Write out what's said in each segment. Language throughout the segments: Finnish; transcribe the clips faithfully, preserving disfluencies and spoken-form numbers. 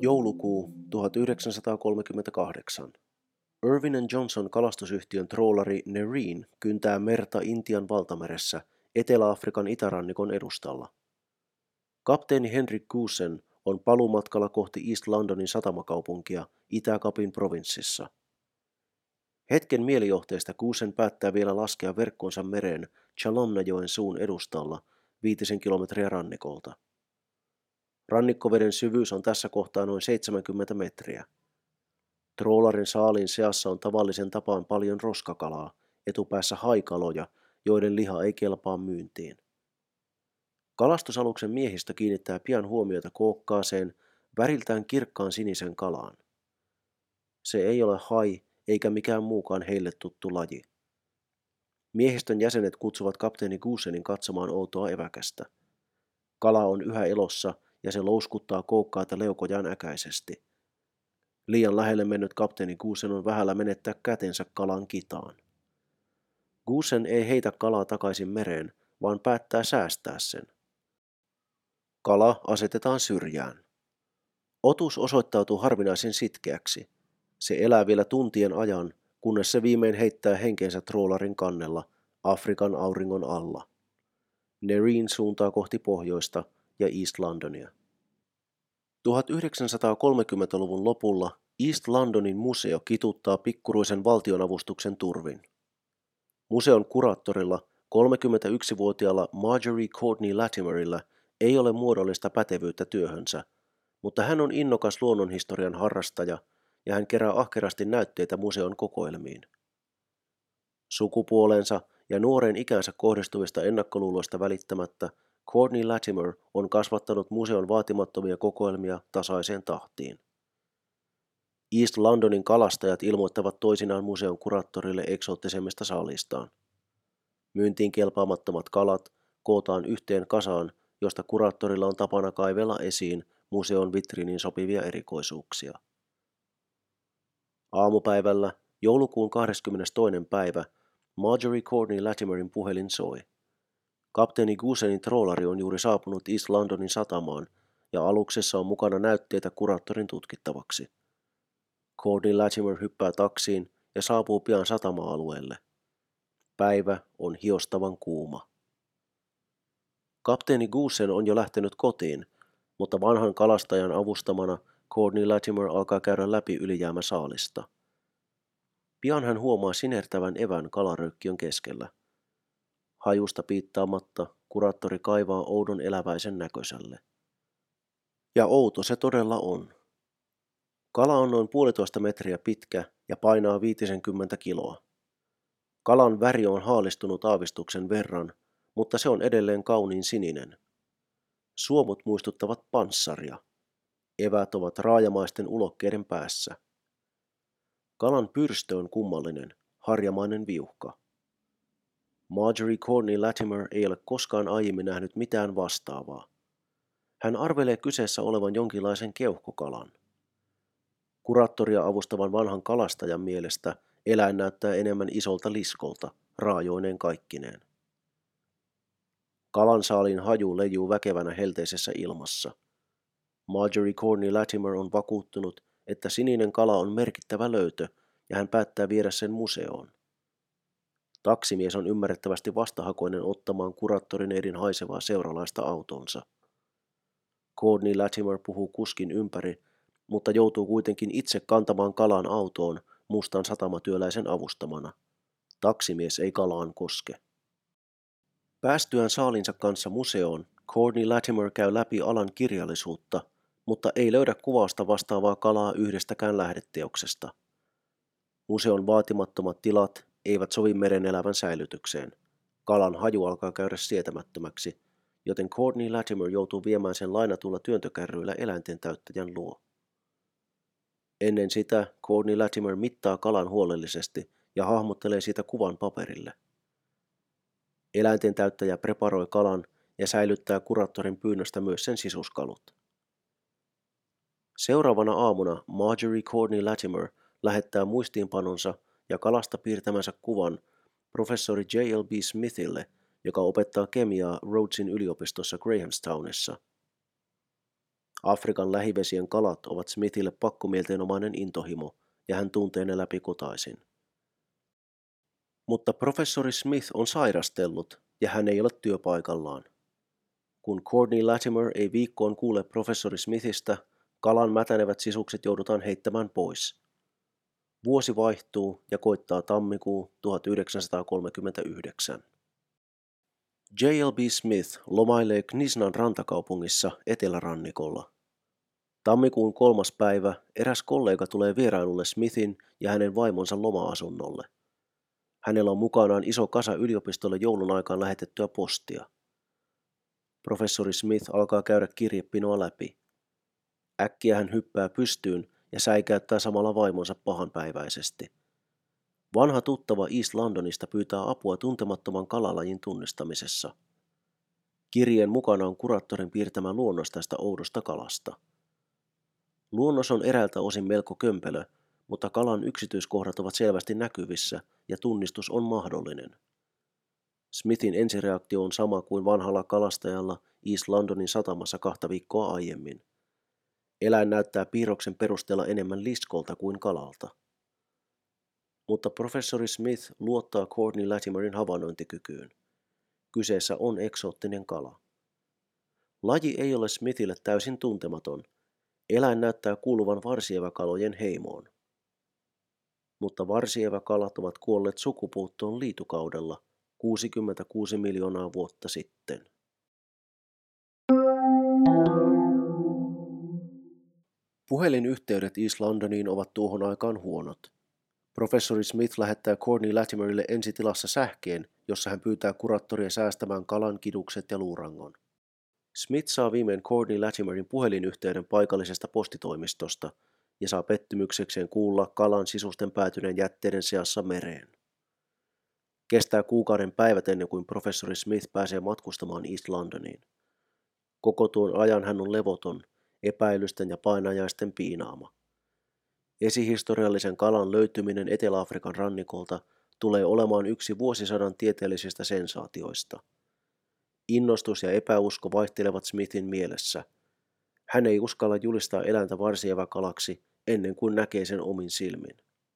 Joulukuu tuhatyhdeksänsataakolmekymmentäkahdeksan. Irvin and Johnson kalastusyhtiön troolari Nerine kyntää merta Intian valtameressä Etelä-Afrikan itärannikon edustalla. Kapteeni Henrik Goosen on paluumatkalla kohti East Londonin satamakaupunkia Itä-Kapin provinssissa. Hetken mielijohteesta Goosen päättää vielä laskea verkkonsa mereen Chalonnajoen suun edustalla viitisen kilometriä rannikolta. Rannikkoveden syvyys on tässä kohtaa noin seitsemänkymmentä metriä. Troolarin saaliin seassa on tavallisen tapaan paljon roskakalaa, etupäässä haikaloja, joiden liha ei kelpaa myyntiin. Kalastusaluksen miehistö kiinnittää pian huomiota kookkaaseen, väriltään kirkkaan sinisen kalaan. Se ei ole hai eikä mikään muukaan heille tuttu laji. Miehistön jäsenet kutsuvat kapteeni Goosenin katsomaan outoa eväkästä. Kala on yhä elossa ja se louskuttaa kookkaita leukojaan äkäisesti. Liian lähelle mennyt kapteeni Goosen on vähällä menettää kätensä kalan kitaan. Goosen ei heitä kalaa takaisin mereen, vaan päättää säästää sen. Kala asetetaan syrjään. Otus osoittautuu harvinaisen sitkeäksi. Se elää vielä tuntien ajan, kunnes se viimein heittää henkensä troolarin kannella Afrikan auringon alla. Nerine suuntaa kohti pohjoista ja East Londonia. tuhatyhdeksänsataakolmekymmentäluvun lopulla East Londonin museo kituttaa pikkuruisen valtionavustuksen turvin. Museon kuraattorilla kolmekymmentäyksivuotiaalla Marjorie Courtney Latimerilla ei ole muodollista pätevyyttä työhönsä, mutta hän on innokas luonnonhistorian harrastaja ja hän kerää ahkerasti näytteitä museon kokoelmiin. Sukupuolensa ja nuoren ikänsä kohdistuvista ennakkoluuloista välittämättä Courtney Latimer on kasvattanut museon vaatimattomia kokoelmia tasaiseen tahtiin. East Londonin kalastajat ilmoittavat toisinaan museon kuraattorille eksoottisemmista saalistaan. Myyntiin kelpaamattomat kalat kootaan yhteen kasaan, josta kuraattorilla on tapana kaivella esiin museon vitriiniin sopivia erikoisuuksia. Aamupäivällä, joulukuun kahdeskymmenestoinen päivä, Marjorie Courtney Latimerin puhelin soi. Kapteeni Goosenin troolari on juuri saapunut East Londonin satamaan ja aluksessa on mukana näytteitä kuraattorin tutkittavaksi. Courtney Latimer hyppää taksiin ja saapuu pian satama-alueelle. Päivä on hiostavan kuuma. Kapteeni Goosen on jo lähtenyt kotiin, mutta vanhan kalastajan avustamana Courtney Latimer alkaa käydä läpi ylijäämäsaalista. Pian hän huomaa sinertävän evän kalaröykkiön keskellä. Hajusta piittaamatta kuraattori kaivaa oudon eläväisen näköiselle. Ja outo se todella on. Kala on noin puolitoista metriä pitkä ja painaa viitisenkymmentä kiloa. Kalan väri on haalistunut aavistuksen verran, mutta se on edelleen kauniin sininen. Suomut muistuttavat panssaria. Eväät ovat raajamaisten ulokkeiden päässä. Kalan pyrstö on kummallinen, harjamainen viuhka. Marjorie Courtney Latimer ei ole koskaan aiemmin nähnyt mitään vastaavaa. Hän arvelee kyseessä olevan jonkinlaisen keuhkokalan. Kuraattoria avustavan vanhan kalastajan mielestä eläin näyttää enemmän isolta liskolta, raajoineen kaikkineen. Kalansaaliin haju leijuu väkevänä helteisessä ilmassa. Marjorie Courtney Latimer on vakuuttunut, että sininen kala on merkittävä löytö ja hän päättää viedä sen museoon. Taksimies on ymmärrettävästi vastahakoinen ottamaan kuraattorineidin haisevaa seuralaista autonsa. Courtney Latimer puhuu kuskin ympäri, mutta joutuu kuitenkin itse kantamaan kalan autoon mustan satamatyöläisen avustamana. Taksimies ei kalaan koske. Päästyään saalinsa kanssa museoon, Courtney Latimer käy läpi alan kirjallisuutta, mutta ei löydä kuvausta vastaavaa kalaa yhdestäkään lähdeteoksesta. Museon vaatimattomat tilat eivät sovi merenelävän säilytykseen. Kalan haju alkaa käydä sietämättömäksi, joten Courtney Latimer joutuu viemään sen lainatulla työntökärryillä eläinten täyttäjän luo. Ennen sitä Courtney Latimer mittaa kalan huolellisesti ja hahmottelee siitä kuvan paperille. Eläinten täyttäjä preparoi kalan ja säilyttää kuraattorin pyynnöstä myös sen sisuskalut. Seuraavana aamuna Marjorie Courtney Latimer lähettää muistiinpanonsa ja kalasta piirtämänsä kuvan professori J L B Smithille, joka opettaa kemiaa Rhodesin yliopistossa Grahamstownissa. Afrikan lähivesien kalat ovat Smithille pakkomielteenomainen intohimo, ja hän tuntee ne läpikotaisin. Mutta professori Smith on sairastellut, ja hän ei ole työpaikallaan. Kun Courtney Latimer ei viikkoon kuule professori Smithistä, kalan mätänevät sisukset joudutaan heittämään pois. Vuosi vaihtuu ja koittaa tammikuu tuhatyhdeksänsataakolmekymmentäyhdeksän. J L B Smith lomailee Knysnan rantakaupungissa etelärannikolla. Tammikuun kolmas päivä eräs kollega tulee vierailulle Smithin ja hänen vaimonsa loma-asunnolle. Hänellä on mukanaan iso kasa yliopistolle joulun aikaan lähetettyä postia. Professori Smith alkaa käydä kirjepinoa läpi. Äkkiä hän hyppää pystyyn ja säikäyttää samalla vaimonsa pahanpäiväisesti. Vanha tuttava East Londonista pyytää apua tuntemattoman kalalajin tunnistamisessa. Kirjeen mukana on kuraattorin piirtämä luonnos tästä oudosta kalasta. Luonnos on eräältä osin melko kömpelö, mutta kalan yksityiskohdat ovat selvästi näkyvissä ja tunnistus on mahdollinen. Smithin ensireaktio on sama kuin vanhalla kalastajalla East Londonin satamassa kahta viikkoa aiemmin. Eläin näyttää piirroksen perusteella enemmän liskolta kuin kalalta. Mutta professori Smith luottaa Courtney Latimerin havainnointikykyyn. Kyseessä on eksoottinen kala. Laji ei ole Smithille täysin tuntematon. Eläin näyttää kuuluvan varsieväkalojen heimoon. Mutta varsieväkalat ovat kuolleet sukupuuttoon liitukaudella kuusikymmentäkuusi miljoonaa vuotta sitten. Puhelinyhteydet East Londoniin ovat tuohon aikaan huonot. Professori Smith lähettää Courtney Latimerille ensitilassa sähkeen, jossa hän pyytää kuraattoria säästämään kalan kidukset ja luurangon. Smith saa viimein Courtney Latimerin puhelinyhteyden paikallisesta postitoimistosta ja saa pettymyksekseen kuulla kalan sisusten päätyneen jätteiden seassa mereen. Kestää kuukauden päivät ennen kuin professori Smith pääsee matkustamaan East Londoniin. Koko tuon ajan hän on levoton, epäilysten ja painajaisten piinaama. Esihistoriallisen kalan löytyminen Etelä-Afrikan rannikolta tulee olemaan yksi vuosisadan tieteellisistä sensaatioista. Innostus ja epäusko vaihtelevat Smithin mielessä. Hän ei uskalla julistaa eläintä varsieväkalaksi ennen kuin näkee sen omin silmin.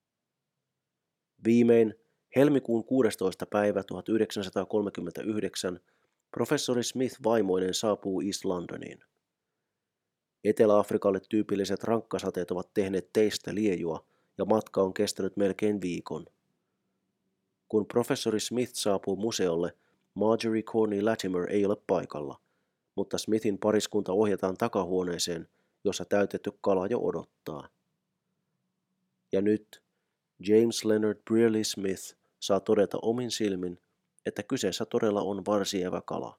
Viimein helmikuun kuudestoista päivä tuhatyhdeksänsataakolmekymmentäyhdeksän professori Smith vaimoinen saapuu East Londoniin. Etelä-Afrikalle tyypilliset rankkasateet ovat tehneet teistä liejua ja matka on kestänyt melkein viikon. Kun professori Smith saapuu museolle, Marjorie Courtney Latimer ei ole paikalla, mutta Smithin pariskunta ohjataan takahuoneeseen, jossa täytetty kala jo odottaa. Ja nyt James Leonard Brearley Smith saa todeta omin silmin, että kyseessä todella on varsieväkala.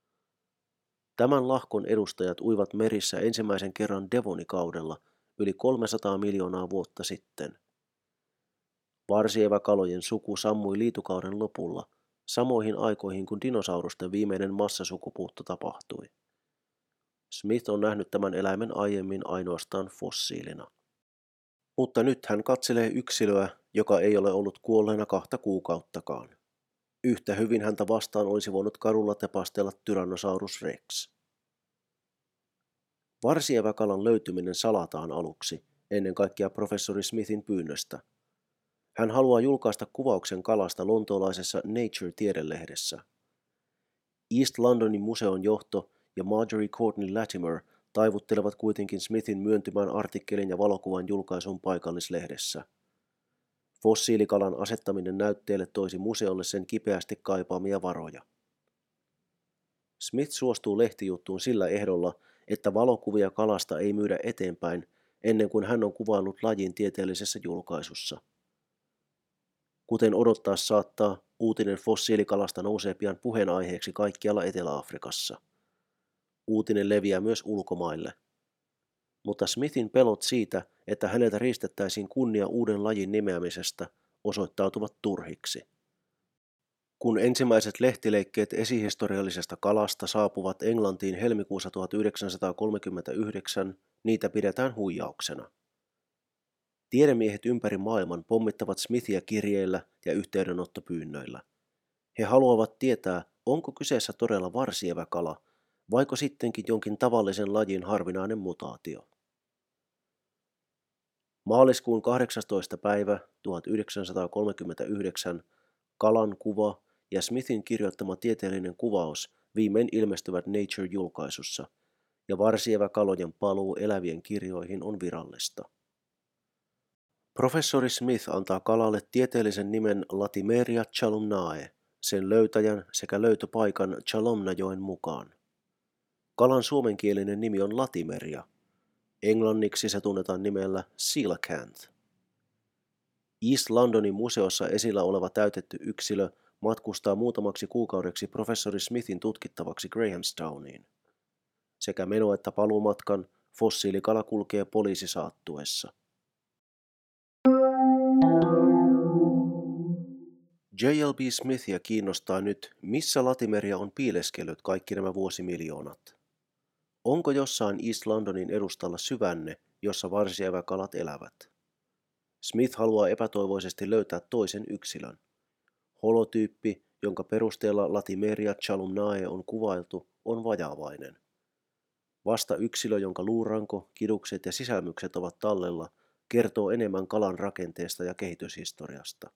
Tämän lahkon edustajat uivat merissä ensimmäisen kerran Devonikaudella yli kolmesataa miljoonaa vuotta sitten. Varsieväkalojen suku sammui liitukauden lopulla, samoihin aikoihin kuin dinosaurusten viimeinen massasukupuutto tapahtui. Smith on nähnyt tämän eläimen aiemmin ainoastaan fossiilina. Mutta nyt hän katselee yksilöä, joka ei ole ollut kuolleena kahta kuukauttakaan. Yhtä hyvin häntä vastaan olisi voinut kadulla tepastella Tyrannosaurus Rex. Varsieväkalan löytyminen salataan aluksi, ennen kaikkea professori Smithin pyynnöstä. Hän haluaa julkaista kuvauksen kalasta lontoolaisessa Nature-tiedelehdessä. East Londonin museon johto ja Marjorie Courtney Latimer taivuttelevat kuitenkin Smithin myöntymään artikkelin ja valokuvan julkaisun paikallislehdessä. Fossiilikalan asettaminen näytteelle toisi museolle sen kipeästi kaipaamia varoja. Smith suostuu lehtijuttuun sillä ehdolla, että valokuvia kalasta ei myydä eteenpäin ennen kuin hän on kuvaillut lajin tieteellisessä julkaisussa. Kuten odottaa saattaa, uutinen fossiilikalasta nousee pian puheenaiheeksi kaikkialla Etelä-Afrikassa. Uutinen leviää myös ulkomaille. Mutta Smithin pelot siitä, että häneltä riistettäisiin kunnia uuden lajin nimeämisestä, osoittautuvat turhiksi. Kun ensimmäiset lehtileikkeet esihistoriallisesta kalasta saapuvat Englantiin helmikuussa tuhatyhdeksänsataakolmekymmentäyhdeksän, niitä pidetään huijauksena. Tiedemiehet ympäri maailman pommittavat Smithia kirjeillä ja yhteydenottopyynnöillä. He haluavat tietää, onko kyseessä todella varsieväkala vaiko sittenkin jonkin tavallisen lajin harvinainen mutaatio. Maaliskuun kahdeksastoista päivä tuhatyhdeksänsataakolmekymmentäyhdeksän kalan kuva ja Smithin kirjoittama tieteellinen kuvaus viimein ilmestyvät Nature-julkaisussa, ja varsievä kalojen paluu elävien kirjoihin on virallista. Professori Smith antaa kalalle tieteellisen nimen Latimeria chalumnae, sen löytäjän sekä löytöpaikan Chalumnajoen mukaan. Kalan suomenkielinen nimi on latimeria. Englanniksi se tunnetaan nimellä coelacanth. East Londonin museossa esillä oleva täytetty yksilö matkustaa muutamaksi kuukaudeksi professori Smithin tutkittavaksi Grahamstowniin. Sekä meno- että paluumatkan fossiilikala kulkee poliisisaattuessa. J L B Smithia kiinnostaa nyt, missä latimeria on piileskellyt kaikki nämä vuosimiljoonat. Onko jossain East Londonin edustalla syvänne, jossa varsieväkalat elävät? Smith haluaa epätoivoisesti löytää toisen yksilön. Holotyyppi, jonka perusteella Latimeria chalumnae on kuvailtu, on vajavainen. Vasta yksilö, jonka luuranko, kidukset ja sisälmykset ovat tallella, kertoo enemmän kalan rakenteesta ja kehityshistoriasta.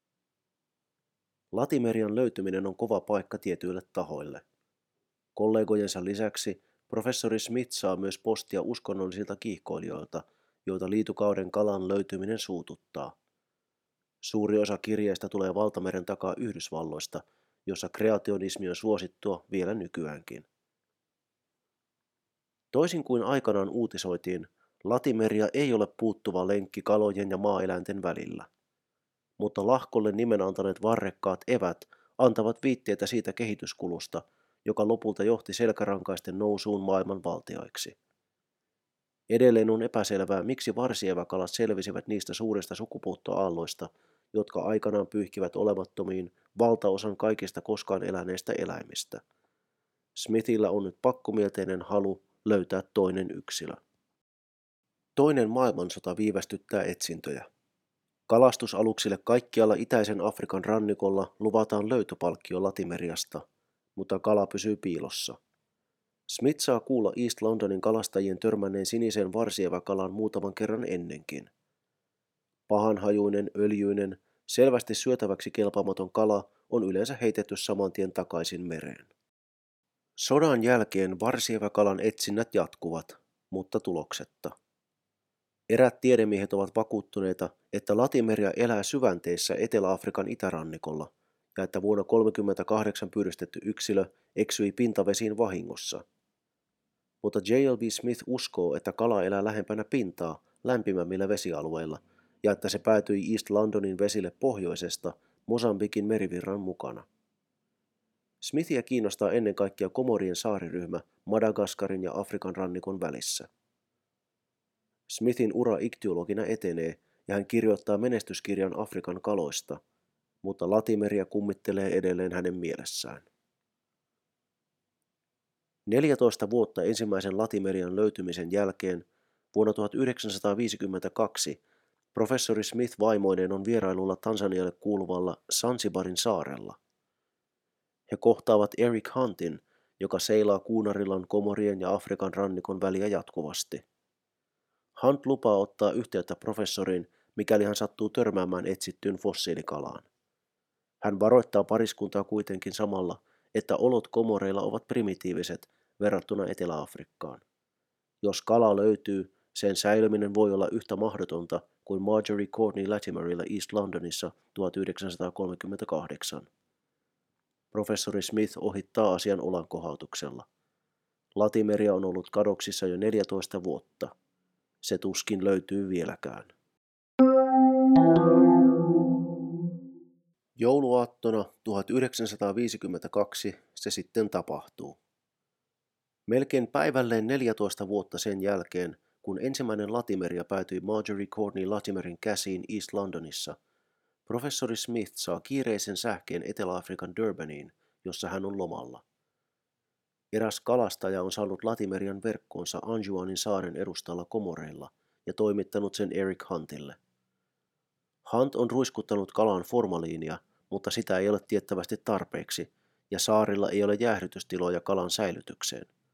Latimerian löytyminen on kova paikka tietyille tahoille. Kollegojensa lisäksi professori Smith saa myös postia uskonnollisilta kiihkoilijoilta, joita liitukauden kalan löytyminen suututtaa. Suuri osa kirjeistä tulee valtameren takaa Yhdysvalloista, jossa kreationismi on suosittua vielä nykyäänkin. Toisin kuin aikanaan uutisoitiin, latimeria ei ole puuttuva lenkki kalojen ja maaeläinten välillä. Mutta lahkolle nimen antaneet varrekkaat evät antavat viitteitä siitä kehityskulusta, joka lopulta johti selkärankaisten nousuun maailman valtioiksi. Edelleen on epäselvää, miksi varsieväkalat selvisivät niistä suurista sukupuuttoaalloista, jotka aikanaan pyyhkivät olemattomiin valtaosan kaikista koskaan eläneistä eläimistä. Smithillä on nyt pakkomielteinen halu löytää toinen yksilö. Toinen maailmansota viivästyttää etsintöjä. Kalastusaluksille kaikkialla itäisen Afrikan rannikolla luvataan löytöpalkkio latimeriasta, mutta kala pysyy piilossa. Smith saa kuulla East Londonin kalastajien törmänneen siniseen varsieväkalan muutaman kerran ennenkin. Pahanhajuinen, öljyinen, selvästi syötäväksi kelpaamaton kala on yleensä heitetty saman tien takaisin mereen. Sodan jälkeen varsieväkalan etsinnät jatkuvat, mutta tuloksetta. Eräät tiedemiehet ovat vakuuttuneita, että latimeria elää syvänteissä Etelä-Afrikan itärannikolla ja että vuonna tuhatyhdeksänsataakolmekymmentäkahdeksan pyydystetty yksilö eksyi pintavesiin vahingossa. Mutta J L B Smith uskoo, että kala elää lähempänä pintaa lämpimämmillä vesialueilla ja että se päätyi East Londonin vesille pohjoisesta Mosambikin merivirran mukana. Smithia kiinnostaa ennen kaikkea Komorien saariryhmä Madagaskarin ja Afrikan rannikon välissä. Smithin ura iktyologina etenee ja hän kirjoittaa menestyskirjan Afrikan kaloista, mutta latimeria kummittelee edelleen hänen mielessään. neljätoista vuotta ensimmäisen latimerian löytymisen jälkeen vuonna tuhatyhdeksänsataaviisikymmentäkaksi professori Smith vaimoineen on vierailulla Tansanialle kuuluvalla Zanzibarin saarella. He kohtaavat Eric Huntin, joka seilaa Kuunarillan, Komorien ja Afrikan rannikon väliä jatkuvasti. Hunt lupaa ottaa yhteyttä professoriin, mikäli hän sattuu törmäämään etsittyyn fossiilikalaan. Hän varoittaa pariskuntaa kuitenkin samalla, että olot Komoreilla ovat primitiiviset verrattuna Etelä-Afrikkaan. Jos kala löytyy, sen säilyminen voi olla yhtä mahdotonta kuin Marjorie Courtney Latimerilla East Londonissa tuhatyhdeksänsataakolmekymmentäkahdeksan. Professori Smith ohittaa asian olankohautuksella. Latimeria on ollut kadoksissa jo neljätoista vuotta. Se tuskin löytyy vieläkään. Jouluaattona tuhatyhdeksänsataaviisikymmentäkaksi se sitten tapahtuu. Melkein päivälleen neljätoista vuotta sen jälkeen, kun ensimmäinen latimeria päätyi Marjorie Courtney Latimerin käsiin East Londonissa, professori Smith saa kiireisen sähkeen Etelä-Afrikan Durbaniin, jossa hän on lomalla. Eräs kalastaja on saanut latimerian verkkoonsa Anjouanin saaren edustalla Komoreilla ja toimittanut sen Eric Huntille. Hunt on ruiskuttanut kalaan formaliinia, mutta sitä ei ole tiettävästi tarpeeksi, ja saarilla ei ole jäähdytystiloja kalan säilytykseen,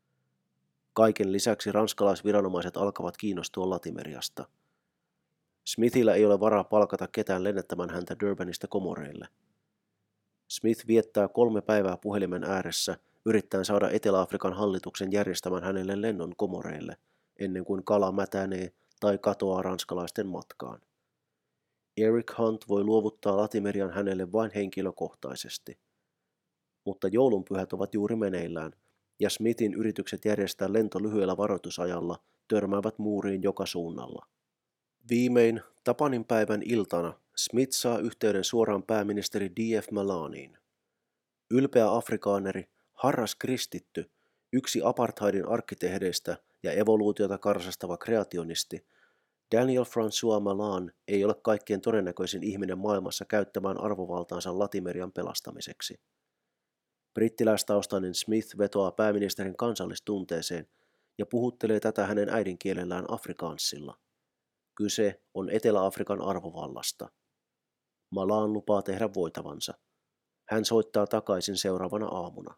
Kaiken lisäksi ranskalaisviranomaiset alkavat kiinnostua Latimeriasta. Smithillä ei ole varaa palkata ketään lennättämään häntä Durbanista Komoreille. Smith viettää kolme päivää puhelimen ääressä yrittäen saada Etelä-Afrikan hallituksen järjestämään hänelle lennon Komoreille, ennen kuin kala mätänee tai katoaa ranskalaisten matkaan. Eric Hunt voi luovuttaa Latimerian hänelle vain henkilökohtaisesti. Mutta joulunpyhät ovat juuri meneillään, ja Smithin yritykset järjestää lento lyhyellä varoitusajalla törmäävät muuriin joka suunnalla. Viimein Tapanin päivän iltana Smith saa yhteyden suoraan pääministeri D F Malaniin. Ylpeä afrikaaneri, harras kristitty, yksi apartheidin arkkitehdeistä ja evoluutiota karsastava kreationisti, Daniel François Malan ei ole kaikkien todennäköisin ihminen maailmassa käyttämään arvovaltaansa Latimerian pelastamiseksi. Brittiläistaustainen Smith vetoaa pääministerin kansallistunteeseen ja puhuttelee tätä hänen äidinkielellään afrikaanssilla. Kyse on Etelä-Afrikan arvovallasta. Malan lupaa tehdä voitavansa. Hän soittaa takaisin seuraavana aamuna.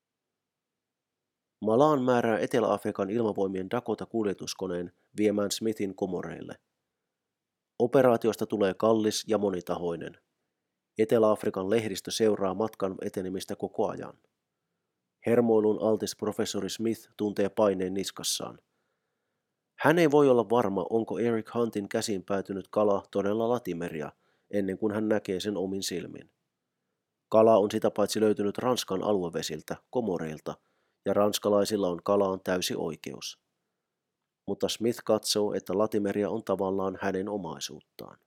Malan määrää Etelä-Afrikan ilmavoimien Dakota-kuljetuskoneen viemään Smithin Komoreille. Operaatiosta tulee kallis ja monitahoinen. Etelä-Afrikan lehdistö seuraa matkan etenemistä koko ajan. Hermoilun altis professori Smith tuntee paineen niskassaan. Hän ei voi olla varma, onko Eric Huntin käsiin päätynyt kala todella Latimeria, ennen kuin hän näkee sen omin silmin. Kala on sitä paitsi löytynyt Ranskan aluevesiltä, Komoreilta, ja ranskalaisilla on kalaan täysi oikeus. Mutta Smith katsoo, että Latimeria on tavallaan hänen omaisuuttaan.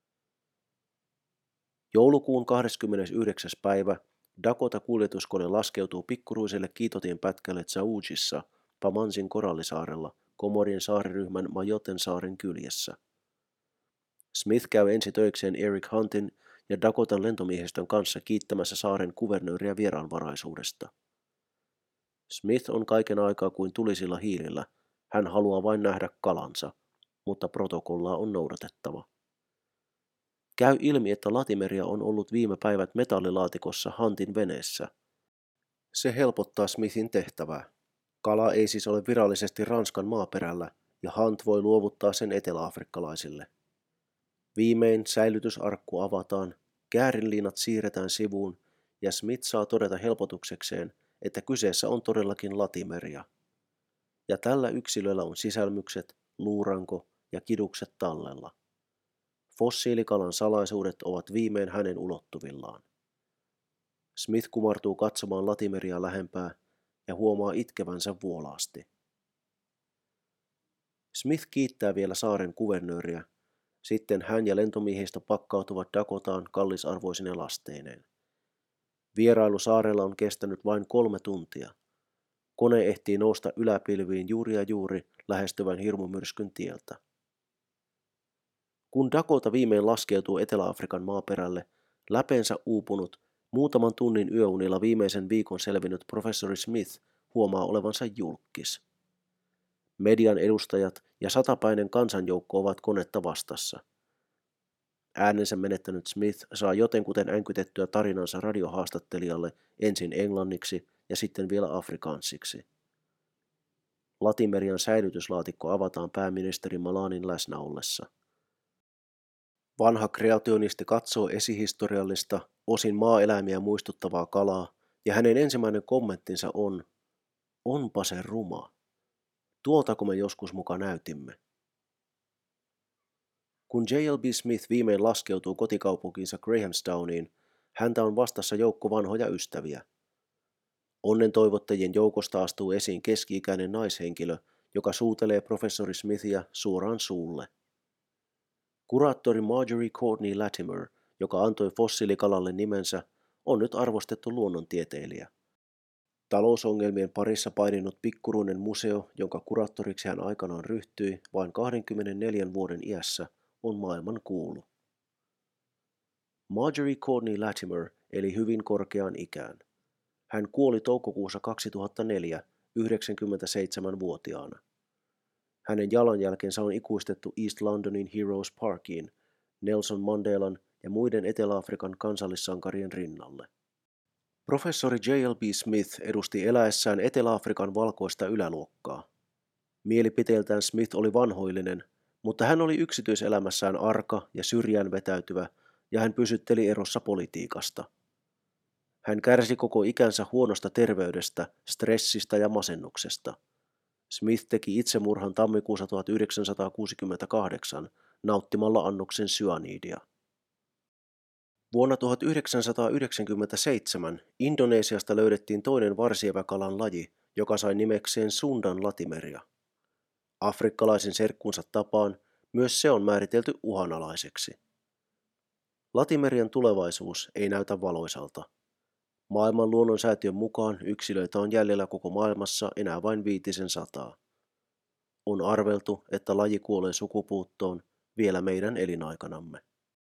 Joulukuun kahdeskymmenesyhdeksäs päivä Dakota-kuljetuskone laskeutuu pikkuruiselle kiitotien pätkälle Zaujissa, Pamansin korallisaarella, Komorien saariryhmän Majotten saaren kyljessä. Smith käy ensi töikseen Eric Huntin ja Dakotan lentomiehistön kanssa kiittämässä saaren kuvernööriä vieraanvaraisuudesta. Smith on kaiken aikaa kuin tulisilla hiilillä. Hän haluaa vain nähdä kalansa, mutta protokollaa on noudatettava. Käy ilmi, että Latimeria on ollut viime päivät metallilaatikossa Huntin veneessä. Se helpottaa Smithin tehtävää. Kala ei siis ole virallisesti Ranskan maaperällä, ja Hunt voi luovuttaa sen eteläafrikkalaisille. Viimein säilytysarkku avataan, käärinliinat siirretään sivuun, ja Smith saa todeta helpotuksekseen, että kyseessä on todellakin Latimeria. Ja tällä yksilöllä on sisälmykset, luuranko ja kidukset tallella. Fossiilikalan salaisuudet ovat viimein hänen ulottuvillaan. Smith kumartuu katsomaan Latimeriaa lähempää ja huomaa itkevänsä vuolaasti. Smith kiittää vielä saaren kuvernööriä, sitten hän ja lentomiehistä pakkautuvat Dakotaan kallisarvoisine lasteineen. Vierailu saarella on kestänyt vain kolme tuntia. Kone ehtii nousta yläpilviin juuri ja juuri lähestyvän hirmumyrskyn tieltä. Kun Dakota viimein laskeutuu Etelä-Afrikan maaperälle, läpeensä uupunut, muutaman tunnin yöunilla viimeisen viikon selvinnyt professori Smith huomaa olevansa julkkis. Median edustajat ja satapäinen kansanjoukko ovat konetta vastassa. Äänensä menettänyt Smith saa jotenkuten änkytettyä tarinansa radiohaastattelijalle ensin englanniksi ja sitten vielä afrikaansiksi. Latimerian säilytyslaatikko avataan pääministeri Malanin läsnä ollessa. Vanha kreationisti katsoo esihistoriallista, osin maaeläimiä muistuttavaa kalaa, ja hänen ensimmäinen kommenttinsa on, onpa se ruma. Tuoltako me joskus muka näytimme? Kun J L B Smith viimein laskeutuu kotikaupunkiinsa Grahamstowniin, häntä on vastassa joukko vanhoja ystäviä. Onnen toivottajien joukosta astuu esiin keski-ikäinen naishenkilö, joka suutelee professori Smithia suoraan suulle. Kuraattori Marjorie Courtney Latimer, joka antoi fossiilikalalle nimensä, on nyt arvostettu luonnontieteilijä. Talousongelmien parissa paininut pikkuruinen museo, jonka kuraattoriksi hän aikanaan ryhtyi vain kaksikymmentäneljä vuoden iässä, on maailman kuulu. Marjorie Courtney Latimer eli hyvin korkeaan ikään. Hän kuoli toukokuussa kaksituhattaneljä yhdeksänkymmentäseitsemänvuotiaana. Hänen jalanjälkensä on ikuistettu East Londonin Heroes Parkiin, Nelson Mandelan ja muiden Etelä-Afrikan kansallissankarien rinnalle. Professori J L B Smith edusti eläessään Etelä-Afrikan valkoista yläluokkaa. Mielipiteeltään Smith oli vanhoillinen, mutta hän oli yksityiselämässään arka ja syrjään vetäytyvä, ja hän pysytteli erossa politiikasta. Hän kärsi koko ikänsä huonosta terveydestä, stressistä ja masennuksesta. Smith teki itsemurhan tammikuussa tuhatyhdeksänsataakuusikymmentäkahdeksan nauttimalla annoksen syaniidia. Vuonna tuhatyhdeksänsataayhdeksänkymmentäseitsemän Indonesiasta löydettiin toinen varsieväkalan laji, joka sai nimekseen Sundan latimeria. Afrikkalaisen serkkunsa tapaan myös se on määritelty uhanalaiseksi. Latimerien tulevaisuus ei näytä valoisalta. Maailman luonnonsäätiön mukaan yksilöitä on jäljellä koko maailmassa enää vain viitisen sataa. On arveltu, että laji kuolee sukupuuttoon vielä meidän elinaikanamme.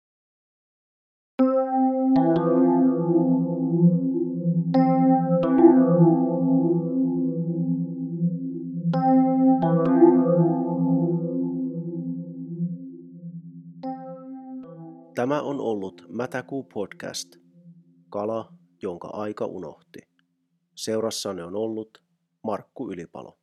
Tämä on ollut Mätäkuu podcast. Kala, jonka aika unohti. Seurassanne on ollut Markku Ylipalo.